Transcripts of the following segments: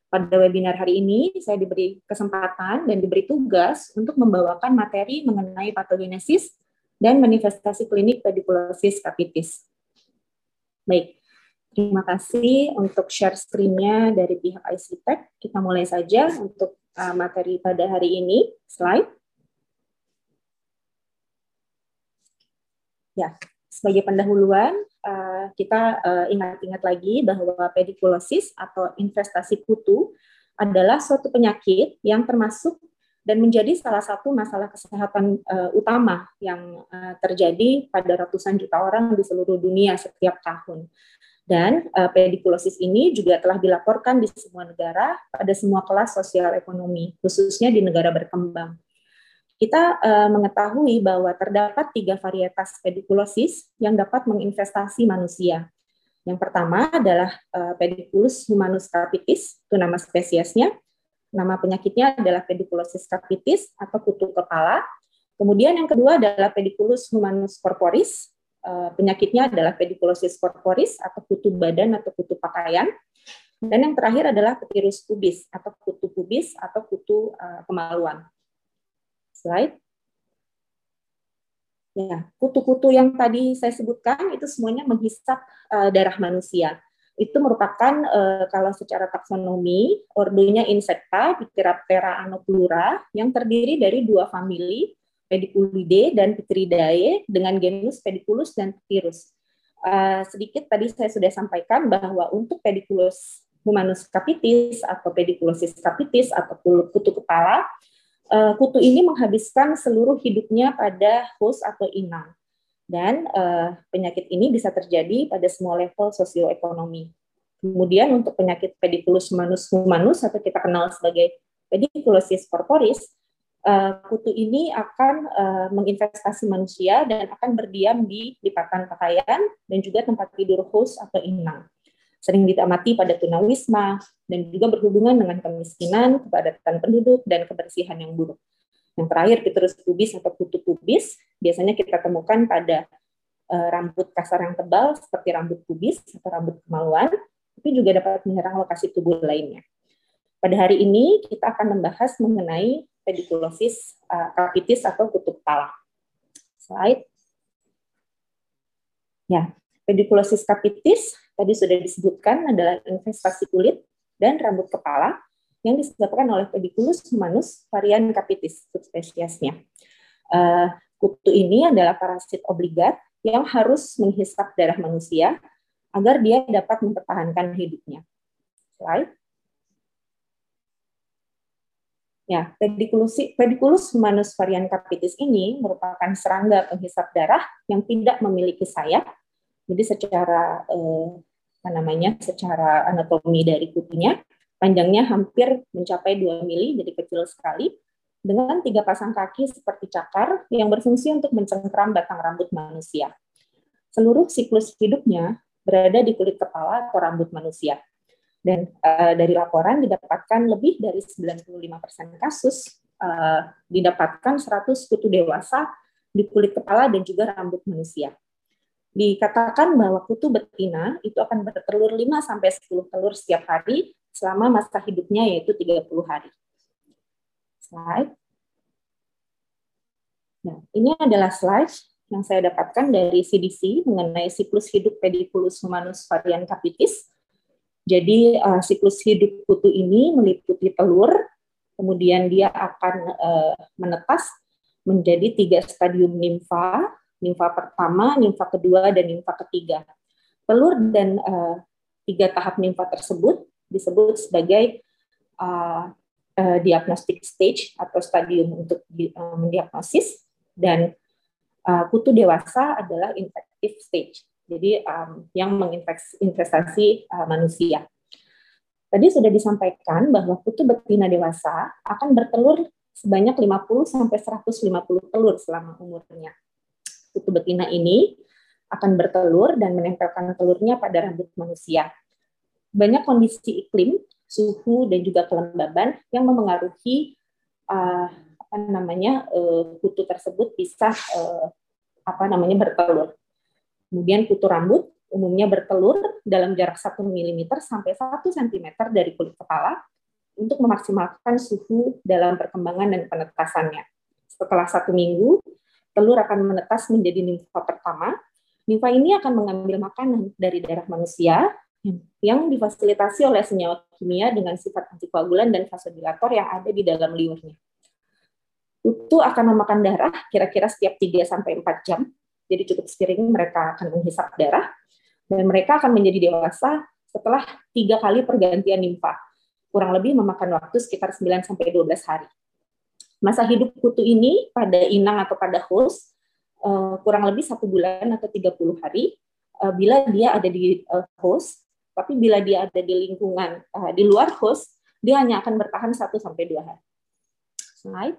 Pada webinar hari ini, saya diberi kesempatan dan diberi tugas untuk membawakan materi mengenai patogenesis dan manifestasi klinik pediculosis capitis. Baik, terima kasih untuk share screen-nya dari pihak ICTech. Kita mulai saja untuk materi pada hari ini. Slide. Ya, sebagai pendahuluan, kita ingat-ingat lagi bahwa pediculosis atau infestasi kutu adalah suatu penyakit yang termasuk dan menjadi salah satu masalah kesehatan utama yang terjadi pada ratusan juta orang di seluruh dunia setiap tahun. Dan pediculosis ini juga telah dilaporkan di semua negara pada semua kelas sosial ekonomi, khususnya di negara berkembang. Kita mengetahui bahwa terdapat 3 varietas pediculosis yang dapat menginvestasi manusia. Yang pertama adalah Pediculus humanus capitis, itu nama spesiesnya. Nama penyakitnya adalah Pediculosis capitis atau kutu kepala. Kemudian yang kedua adalah Pediculus humanus corporis, penyakitnya adalah Pediculosis corporis atau kutu badan atau kutu pakaian. Dan yang terakhir adalah Pterus pubis atau kutu pubis atau kutu kemaluan. Slide. Ya, kutu-kutu yang tadi saya sebutkan itu semuanya menghisap darah manusia. Itu merupakan kalau secara taksonomi ordonya Insecta, Pteroptera anoplura, yang terdiri dari 2 famili, Pediculidae dan Pitridae, dengan genus Pediculus dan Pterus. Sedikit tadi saya sudah sampaikan bahwa untuk Pediculus humanus capitis atau Pediculosis capitis atau kutu kepala, kutu ini menghabiskan seluruh hidupnya pada host atau inang. Dan penyakit ini bisa terjadi pada semua level sosioekonomi. Kemudian untuk penyakit Pediculus humanus atau kita kenal sebagai Pediculosis corporis, kutu ini akan menginvestasi manusia dan akan berdiam di lipatan pakaian dan juga tempat tidur host atau inang. Sering diamati pada tunawisma dan juga berhubungan dengan kemiskinan, kepadatan penduduk, dan kebersihan yang buruk. Yang terakhir, Pterus pubis atau kutu pubis, biasanya kita temukan pada rambut kasar yang tebal seperti rambut pubis atau rambut kemaluan, tapi juga dapat menyerang lokasi tubuh lainnya. Pada hari ini, kita akan membahas mengenai pediculosis capitis atau kutu kepala. Slide. Ya, pediculosis capitis tadi sudah disebutkan adalah infestasi kulit dan rambut kepala yang disebabkan oleh Pediculus humanus varian capitis subspesiesnya. Kutu ini adalah parasit obligat yang harus menghisap darah manusia agar dia dapat mempertahankan hidupnya. Slide. Ya, Pediculus humanus varian capitis ini merupakan serangga penghisap darah yang tidak memiliki sayap. Jadi secara secara anatomi dari kutunya, panjangnya hampir mencapai 2 mili, jadi kecil sekali, dengan 3 pasang kaki seperti cakar yang berfungsi untuk mencengkram batang rambut manusia. Seluruh siklus hidupnya berada di kulit kepala atau rambut manusia. Dan dari laporan didapatkan lebih dari 95% kasus didapatkan 100 kutu dewasa di kulit kepala dan juga rambut manusia. Dikatakan bahwa kutu betina itu akan bertelur 5-10 telur setiap hari selama masa hidupnya yaitu 30 hari. Slide. Nah, ini adalah slide yang saya dapatkan dari CDC mengenai siklus hidup Pediculus humanus varian capitis. Jadi siklus hidup kutu ini meliputi telur, kemudian dia akan menetas menjadi 3 stadium nimfa. Nimfa pertama, nimfa kedua, dan nimfa ketiga. Telur dan 3 tahap nimfa tersebut disebut sebagai diagnostic stage atau stadium untuk mendiagnosis, dan kutu dewasa adalah infective stage, jadi yang menginvestasi manusia. Tadi sudah disampaikan bahwa kutu betina dewasa akan bertelur sebanyak 50-150 telur selama umurnya. Kutu betina ini akan bertelur dan menempelkan telurnya pada rambut manusia. Banyak kondisi iklim, suhu, dan juga kelembaban yang memengaruhi kutu tersebut bisa bertelur. Kemudian kutu rambut umumnya bertelur dalam jarak 1 mm sampai 1 cm dari kulit kepala untuk memaksimalkan suhu dalam perkembangan dan penetasannya. Setelah 1 minggu, telur akan menetas menjadi nimfa pertama. Nimfa ini akan mengambil makanan dari darah manusia yang difasilitasi oleh senyawa kimia dengan sifat antikoagulan dan vasodilator yang ada di dalam liurnya. Kutu akan memakan darah kira-kira setiap 3-4 jam, jadi cukup sering mereka akan menghisap darah, dan mereka akan menjadi dewasa setelah 3 kali pergantian nimfa, kurang lebih memakan waktu sekitar 9-12 hari. Masa hidup kutu ini pada inang atau pada host kurang lebih 1 bulan atau 30 hari bila dia ada di host, tapi bila dia ada di lingkungan di luar host, dia hanya akan bertahan 1-2 hari. Slide.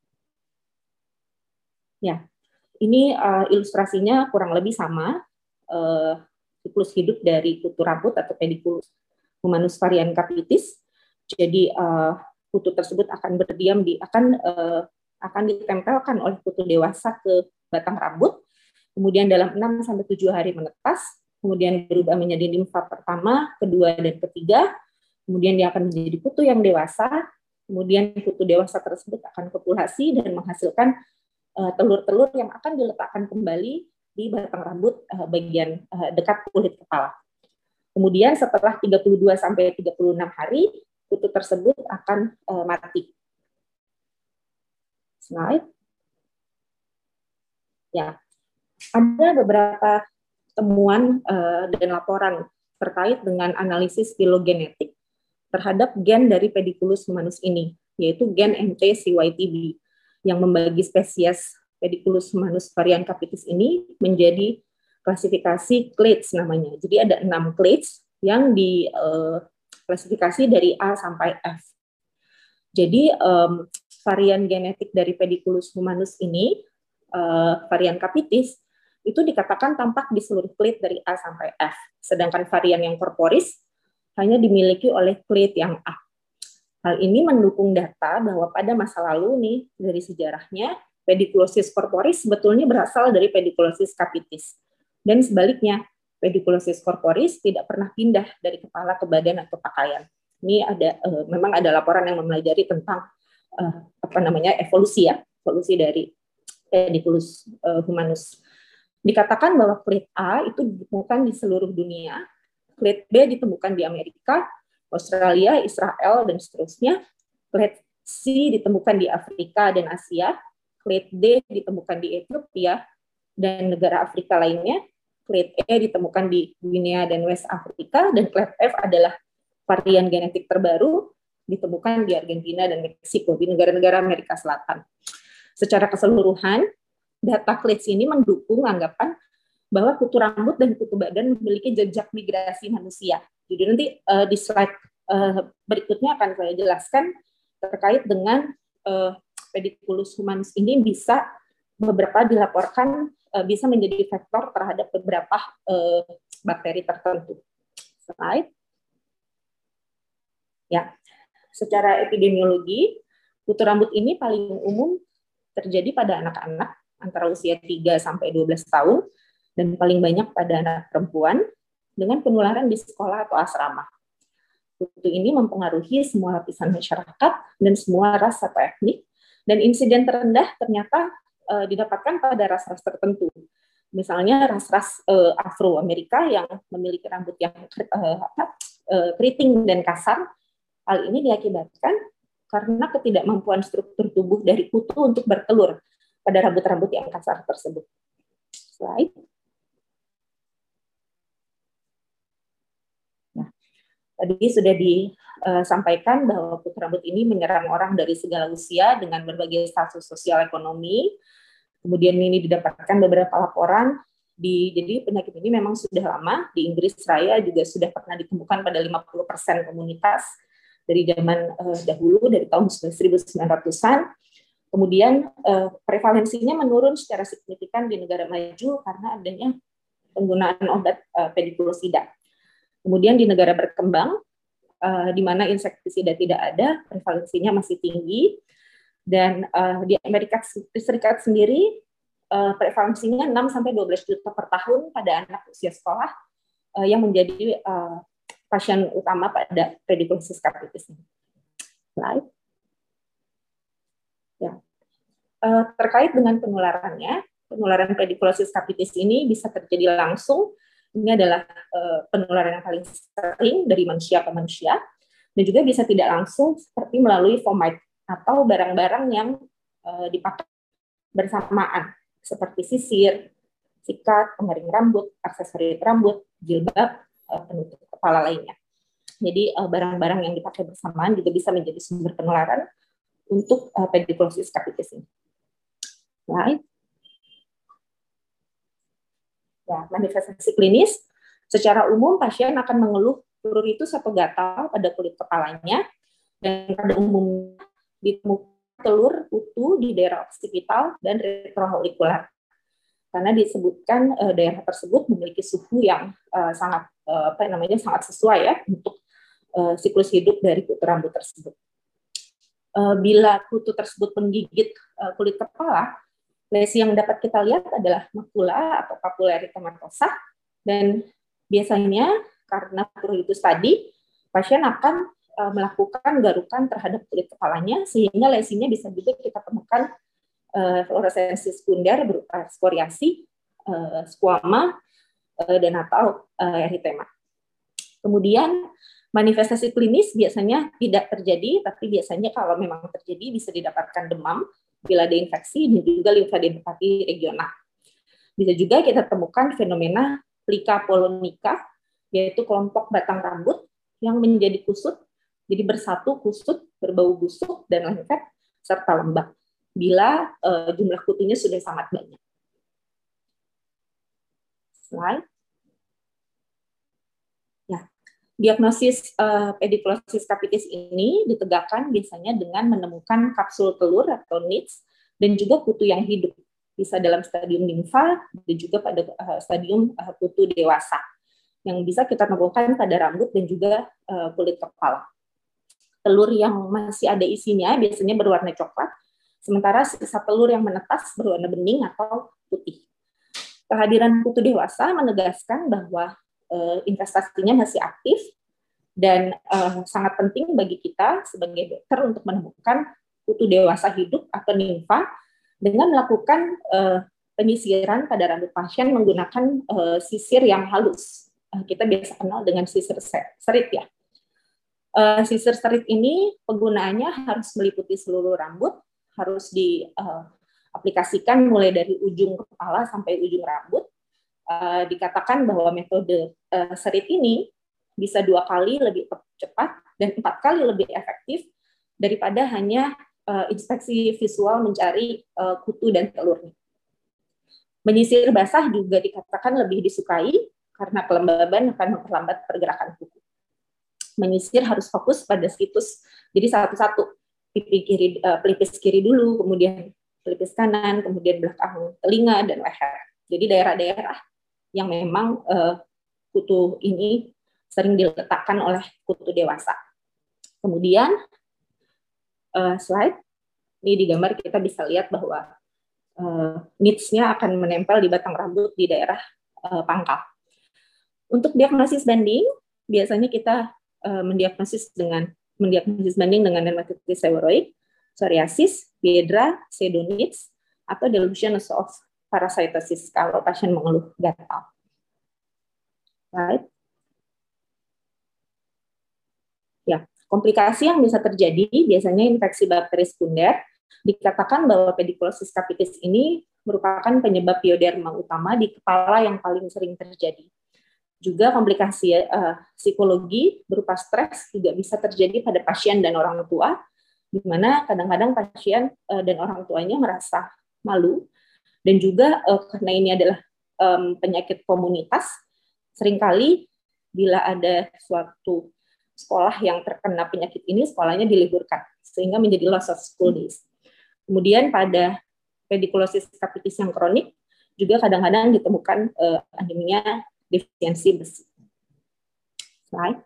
Ya, ini ilustrasinya kurang lebih sama siklus hidup dari kutu rambut atau Pediculus humanus varian capitis. Jadi kutu tersebut akan berdiam akan ditempelkan oleh kutu dewasa ke batang rambut, kemudian dalam 6-7 hari menetas, kemudian berubah menjadi nimfa pertama, kedua, dan ketiga, kemudian dia akan menjadi kutu yang dewasa, kemudian kutu dewasa tersebut akan kopulasi dan menghasilkan telur-telur yang akan diletakkan kembali di batang rambut bagian dekat kulit kepala. Kemudian setelah 32-36 hari, kutu tersebut akan mati. Slide. Ya, ada beberapa temuan dan laporan terkait dengan analisis filogenetik terhadap gen dari Pediculus humanus ini, yaitu gen MT-CYTB, yang membagi spesies Pediculus humanus varian capitis ini menjadi klasifikasi clades namanya. Jadi ada 6 clades yang diklasifikasi dari A sampai F. Jadi varian genetik dari Pediculus humanus ini, varian capitis, itu dikatakan tampak di seluruh clade dari A sampai F. Sedangkan varian yang corporis hanya dimiliki oleh clade yang A. Hal ini mendukung data bahwa pada masa lalu nih, dari sejarahnya, Pediculosis corporis sebetulnya berasal dari Pediculosis capitis. Dan sebaliknya, Pediculosis corporis tidak pernah pindah dari kepala ke badan atau pakaian. Ini ada memang ada laporan yang mempelajari tentang evolusi dari Pediculus humanus. Dikatakan bahwa clade A itu ditemukan di seluruh dunia, clade B ditemukan di Amerika, Australia, Israel, dan seterusnya. Clade C ditemukan di Afrika dan Asia, clade D ditemukan di Ethiopia dan negara Afrika lainnya, clade E ditemukan di Guinea dan West Afrika, dan clade F adalah varian genetik terbaru ditemukan di Argentina dan Meksiko, di negara-negara Amerika Selatan. Secara keseluruhan, data clades ini mendukung anggapan bahwa kutu rambut dan kutu badan memiliki jejak migrasi manusia. Jadi nanti di slide berikutnya akan saya jelaskan terkait dengan Pediculus humanus ini bisa beberapa dilaporkan bisa menjadi faktor terhadap beberapa bakteri tertentu. Slide. Ya, secara epidemiologi, kutu rambut ini paling umum terjadi pada anak-anak antara usia 3-12 tahun dan paling banyak pada anak perempuan dengan penularan di sekolah atau asrama. Kutu ini mempengaruhi semua lapisan masyarakat dan semua ras atau etnik, dan insiden terendah ternyata didapatkan pada ras-ras tertentu. Misalnya ras-ras Afro-Amerika yang memiliki rambut yang keriting dan kasar. Hal ini diakibatkan karena ketidakmampuan struktur tubuh dari kutu untuk bertelur pada rambut-rambut yang kasar tersebut. Slide. Nah, tadi sudah disampaikan bahwa kutu rambut ini menyerang orang dari segala usia dengan berbagai status sosial ekonomi. Kemudian ini didapatkan beberapa laporan. Jadi penyakit ini memang sudah lama. Di Inggris Raya juga sudah pernah ditemukan pada 50% komunitas dari zaman dahulu, dari tahun 1900-an. Kemudian prevalensinya menurun secara signifikan di negara maju karena adanya penggunaan obat pedikulosida. Kemudian di negara berkembang, di mana insektisida tidak ada, prevalensinya masih tinggi. Dan di Amerika Serikat sendiri, prevalensinya 6-12 juta per tahun pada anak usia sekolah yang menjadi pasien utama pada pediculosis capitis. Slide. Ya. Terkait dengan penularannya, penularan pediculosis capitis ini bisa terjadi langsung. Ini adalah penularan yang paling sering dari manusia ke manusia, dan juga bisa tidak langsung seperti melalui fomite atau barang-barang yang dipakai bersamaan, seperti sisir, sikat, pengering rambut, aksesori rambut, jilbab, penutup kepala lainnya. Jadi barang-barang yang dipakai bersamaan juga bisa menjadi sumber penularan untuk pediculosis capitis ini. Right. Ya, manifestasi klinis, secara umum pasien akan mengeluh pruritus atau gatal pada kulit kepalanya, dan pada umumnya ditemukan telur utuh di daerah oksipital dan retroaurikular. Karena disebutkan daerah tersebut memiliki suhu yang sangat sangat sesuai ya untuk siklus hidup dari kutu rambut tersebut. Bila kutu tersebut menggigit kulit kepala, lesi yang dapat kita lihat adalah makula atau papula eritematosa, dan biasanya karena pruritus tadi, pasien akan melakukan garukan terhadap kulit kepalanya, sehingga lesinya bisa juga kita temukan fluoresensi sekunder berupa skoriasi, skuama, dan atau eritema. Kemudian manifestasi klinis biasanya tidak terjadi, tapi biasanya kalau memang terjadi bisa didapatkan demam bila ada infeksi dan juga limfadenopati regional. Bisa juga kita temukan fenomena plica polonica, yaitu kelompok batang rambut yang menjadi kusut, jadi bersatu kusut, berbau busuk dan lengket serta lembab bila jumlah kutunya sudah sangat banyak. Slide. Ya, diagnosis pediculosis capitis ini ditegakkan biasanya dengan menemukan kapsul telur atau nits dan juga kutu yang hidup, bisa dalam stadium limfa dan juga pada stadium kutu dewasa yang bisa kita temukan pada rambut dan juga kulit kepala. Telur yang masih ada isinya biasanya berwarna coklat, sementara sisa telur yang menetas berwarna bening atau putih. Kehadiran kutu dewasa menegaskan bahwa investasinya masih aktif dan sangat penting bagi kita sebagai dokter untuk menemukan kutu dewasa hidup atau nimfa dengan melakukan penyisiran pada rambut pasien menggunakan sisir yang halus. Kita biasa kenal dengan sisir serit ya. Sisir serit ini penggunaannya harus meliputi seluruh rambut, harus diaplikasikan mulai dari ujung kepala sampai ujung rambut. Dikatakan bahwa metode serit ini bisa 2 kali lebih cepat dan 4 kali lebih efektif daripada hanya inspeksi visual mencari kutu dan telurnya. Menyisir basah juga dikatakan lebih disukai karena kelembaban akan memperlambat pergerakan kuku. Menyisir harus fokus pada situs, jadi satu-satu, pelipis kiri dulu, kemudian pelipis kanan, kemudian belakang telinga dan leher. Jadi daerah-daerah yang memang kutu ini sering diletakkan oleh kutu dewasa. Kemudian slide ini di gambar kita bisa lihat bahwa nits-nya akan menempel di batang rambut di daerah pangkal. Untuk diagnosis banding, biasanya kita mendiagnosis banding dengan dermatitis seborrheic, psoriasis, biedra, pseudonits, atau delusion of parasitosis kalau pasien mengeluh gatal. Right. Ya, komplikasi yang bisa terjadi biasanya infeksi bakteri sekunder. Dikatakan bahwa pediculosis capitis ini merupakan penyebab pioderma utama di kepala yang paling sering terjadi. Juga komplikasi psikologi berupa stres juga bisa terjadi pada pasien dan orang tua, di mana kadang-kadang pasien dan orang tuanya merasa malu, dan juga karena ini adalah penyakit komunitas, seringkali bila ada suatu sekolah yang terkena penyakit ini, sekolahnya diliburkan, sehingga menjadi loss of school days. Kemudian pada pediculosis capitis yang kronik, juga kadang-kadang ditemukan anemia defisiensi besi. Slide.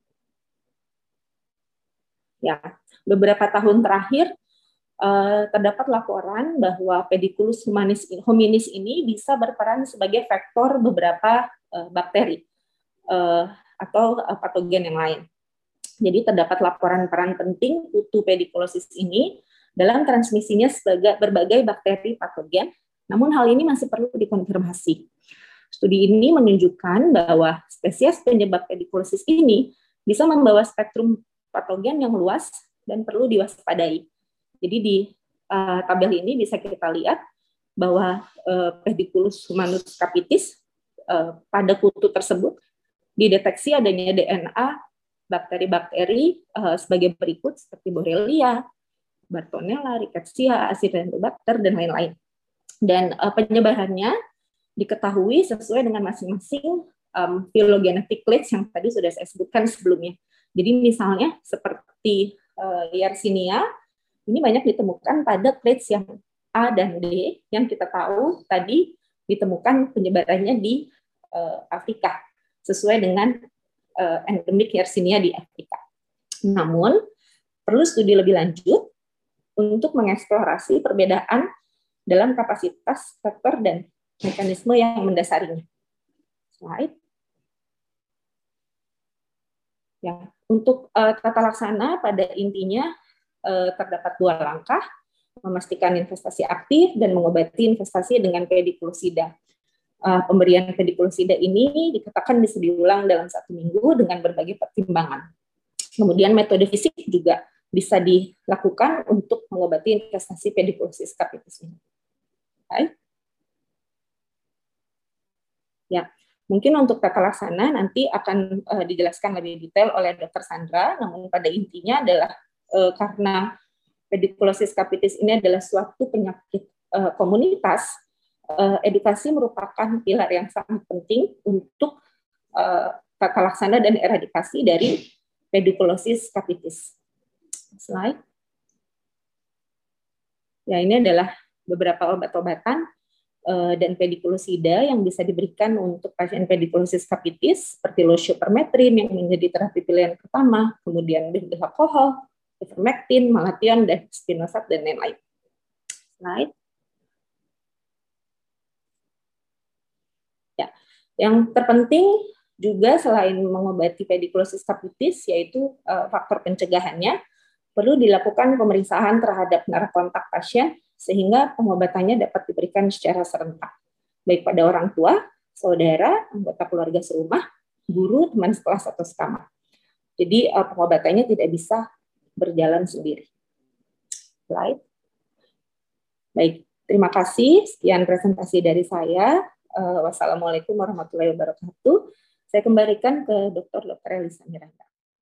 Ya, beberapa tahun terakhir terdapat laporan bahwa pediculus hominis ini bisa berperan sebagai faktor beberapa bakteri atau patogen yang lain. Jadi terdapat laporan peran penting kutu pediculosis ini dalam transmisinya sebagai berbagai bakteri patogen, namun hal ini masih perlu dikonfirmasi. Studi ini menunjukkan bahwa spesies penyebab pediculosis ini bisa membawa spektrum patogen yang luas dan perlu diwaspadai. Jadi di tabel ini bisa kita lihat bahwa Pediculus humanus capitis pada kutu tersebut dideteksi adanya DNA bakteri-bakteri sebagai berikut seperti Borrelia, Bartonella, Rickettsia, Acinetobacter, dan lain-lain. Dan penyebarannya diketahui sesuai dengan masing-masing phylogenetic clades yang tadi sudah saya sebutkan sebelumnya. Jadi misalnya seperti Yersinia, ini banyak ditemukan pada clades yang A dan D, yang kita tahu tadi ditemukan penyebarannya di Afrika, sesuai dengan endemik Yersinia di Afrika. Namun, perlu studi lebih lanjut untuk mengeksplorasi perbedaan dalam kapasitas faktor dan mekanisme yang mendasarinya. Slide. Ya, untuk tata laksana pada intinya terdapat 2 langkah, memastikan investasi aktif dan mengobati investasi dengan pediculusida. Pemberian pediculusida ini dikatakan bisa diulang dalam 1 minggu dengan berbagai pertimbangan. Kemudian metode fisik juga bisa dilakukan untuk mengobati investasi pediculosis capitis ini. Baik. Ya, mungkin untuk tata laksana nanti akan dijelaskan lebih detail oleh Dr. Sandra, namun pada intinya adalah karena pediculosis capitis ini adalah suatu penyakit komunitas, edukasi merupakan pilar yang sangat penting untuk tata laksana dan eradikasi dari pediculosis capitis. Slide. Ya, ini adalah beberapa obat-obatan dan pediculusida yang bisa diberikan untuk pasien pediculosis capitis seperti losiopermetrin yang menjadi terapi pilihan pertama, kemudian benzoyl alkohol, ivermectin, malathion, dan spinosad dan lain-lain. Slide. Ya, yang terpenting juga selain mengobati pediculosis capitis yaitu faktor pencegahannya, perlu dilakukan pemeriksaan terhadap nerve kontak pasien sehingga pengobatannya dapat diberikan secara serentak, baik pada orang tua, saudara, anggota keluarga serumah, guru, teman sekelas atau sekamar. Jadi pengobatannya tidak bisa berjalan sendiri. Slide. Baik, terima kasih. Sekian presentasi dari saya. Wassalamualaikum warahmatullahi wabarakatuh. Saya kembalikan ke Dr. Elisa Miranda.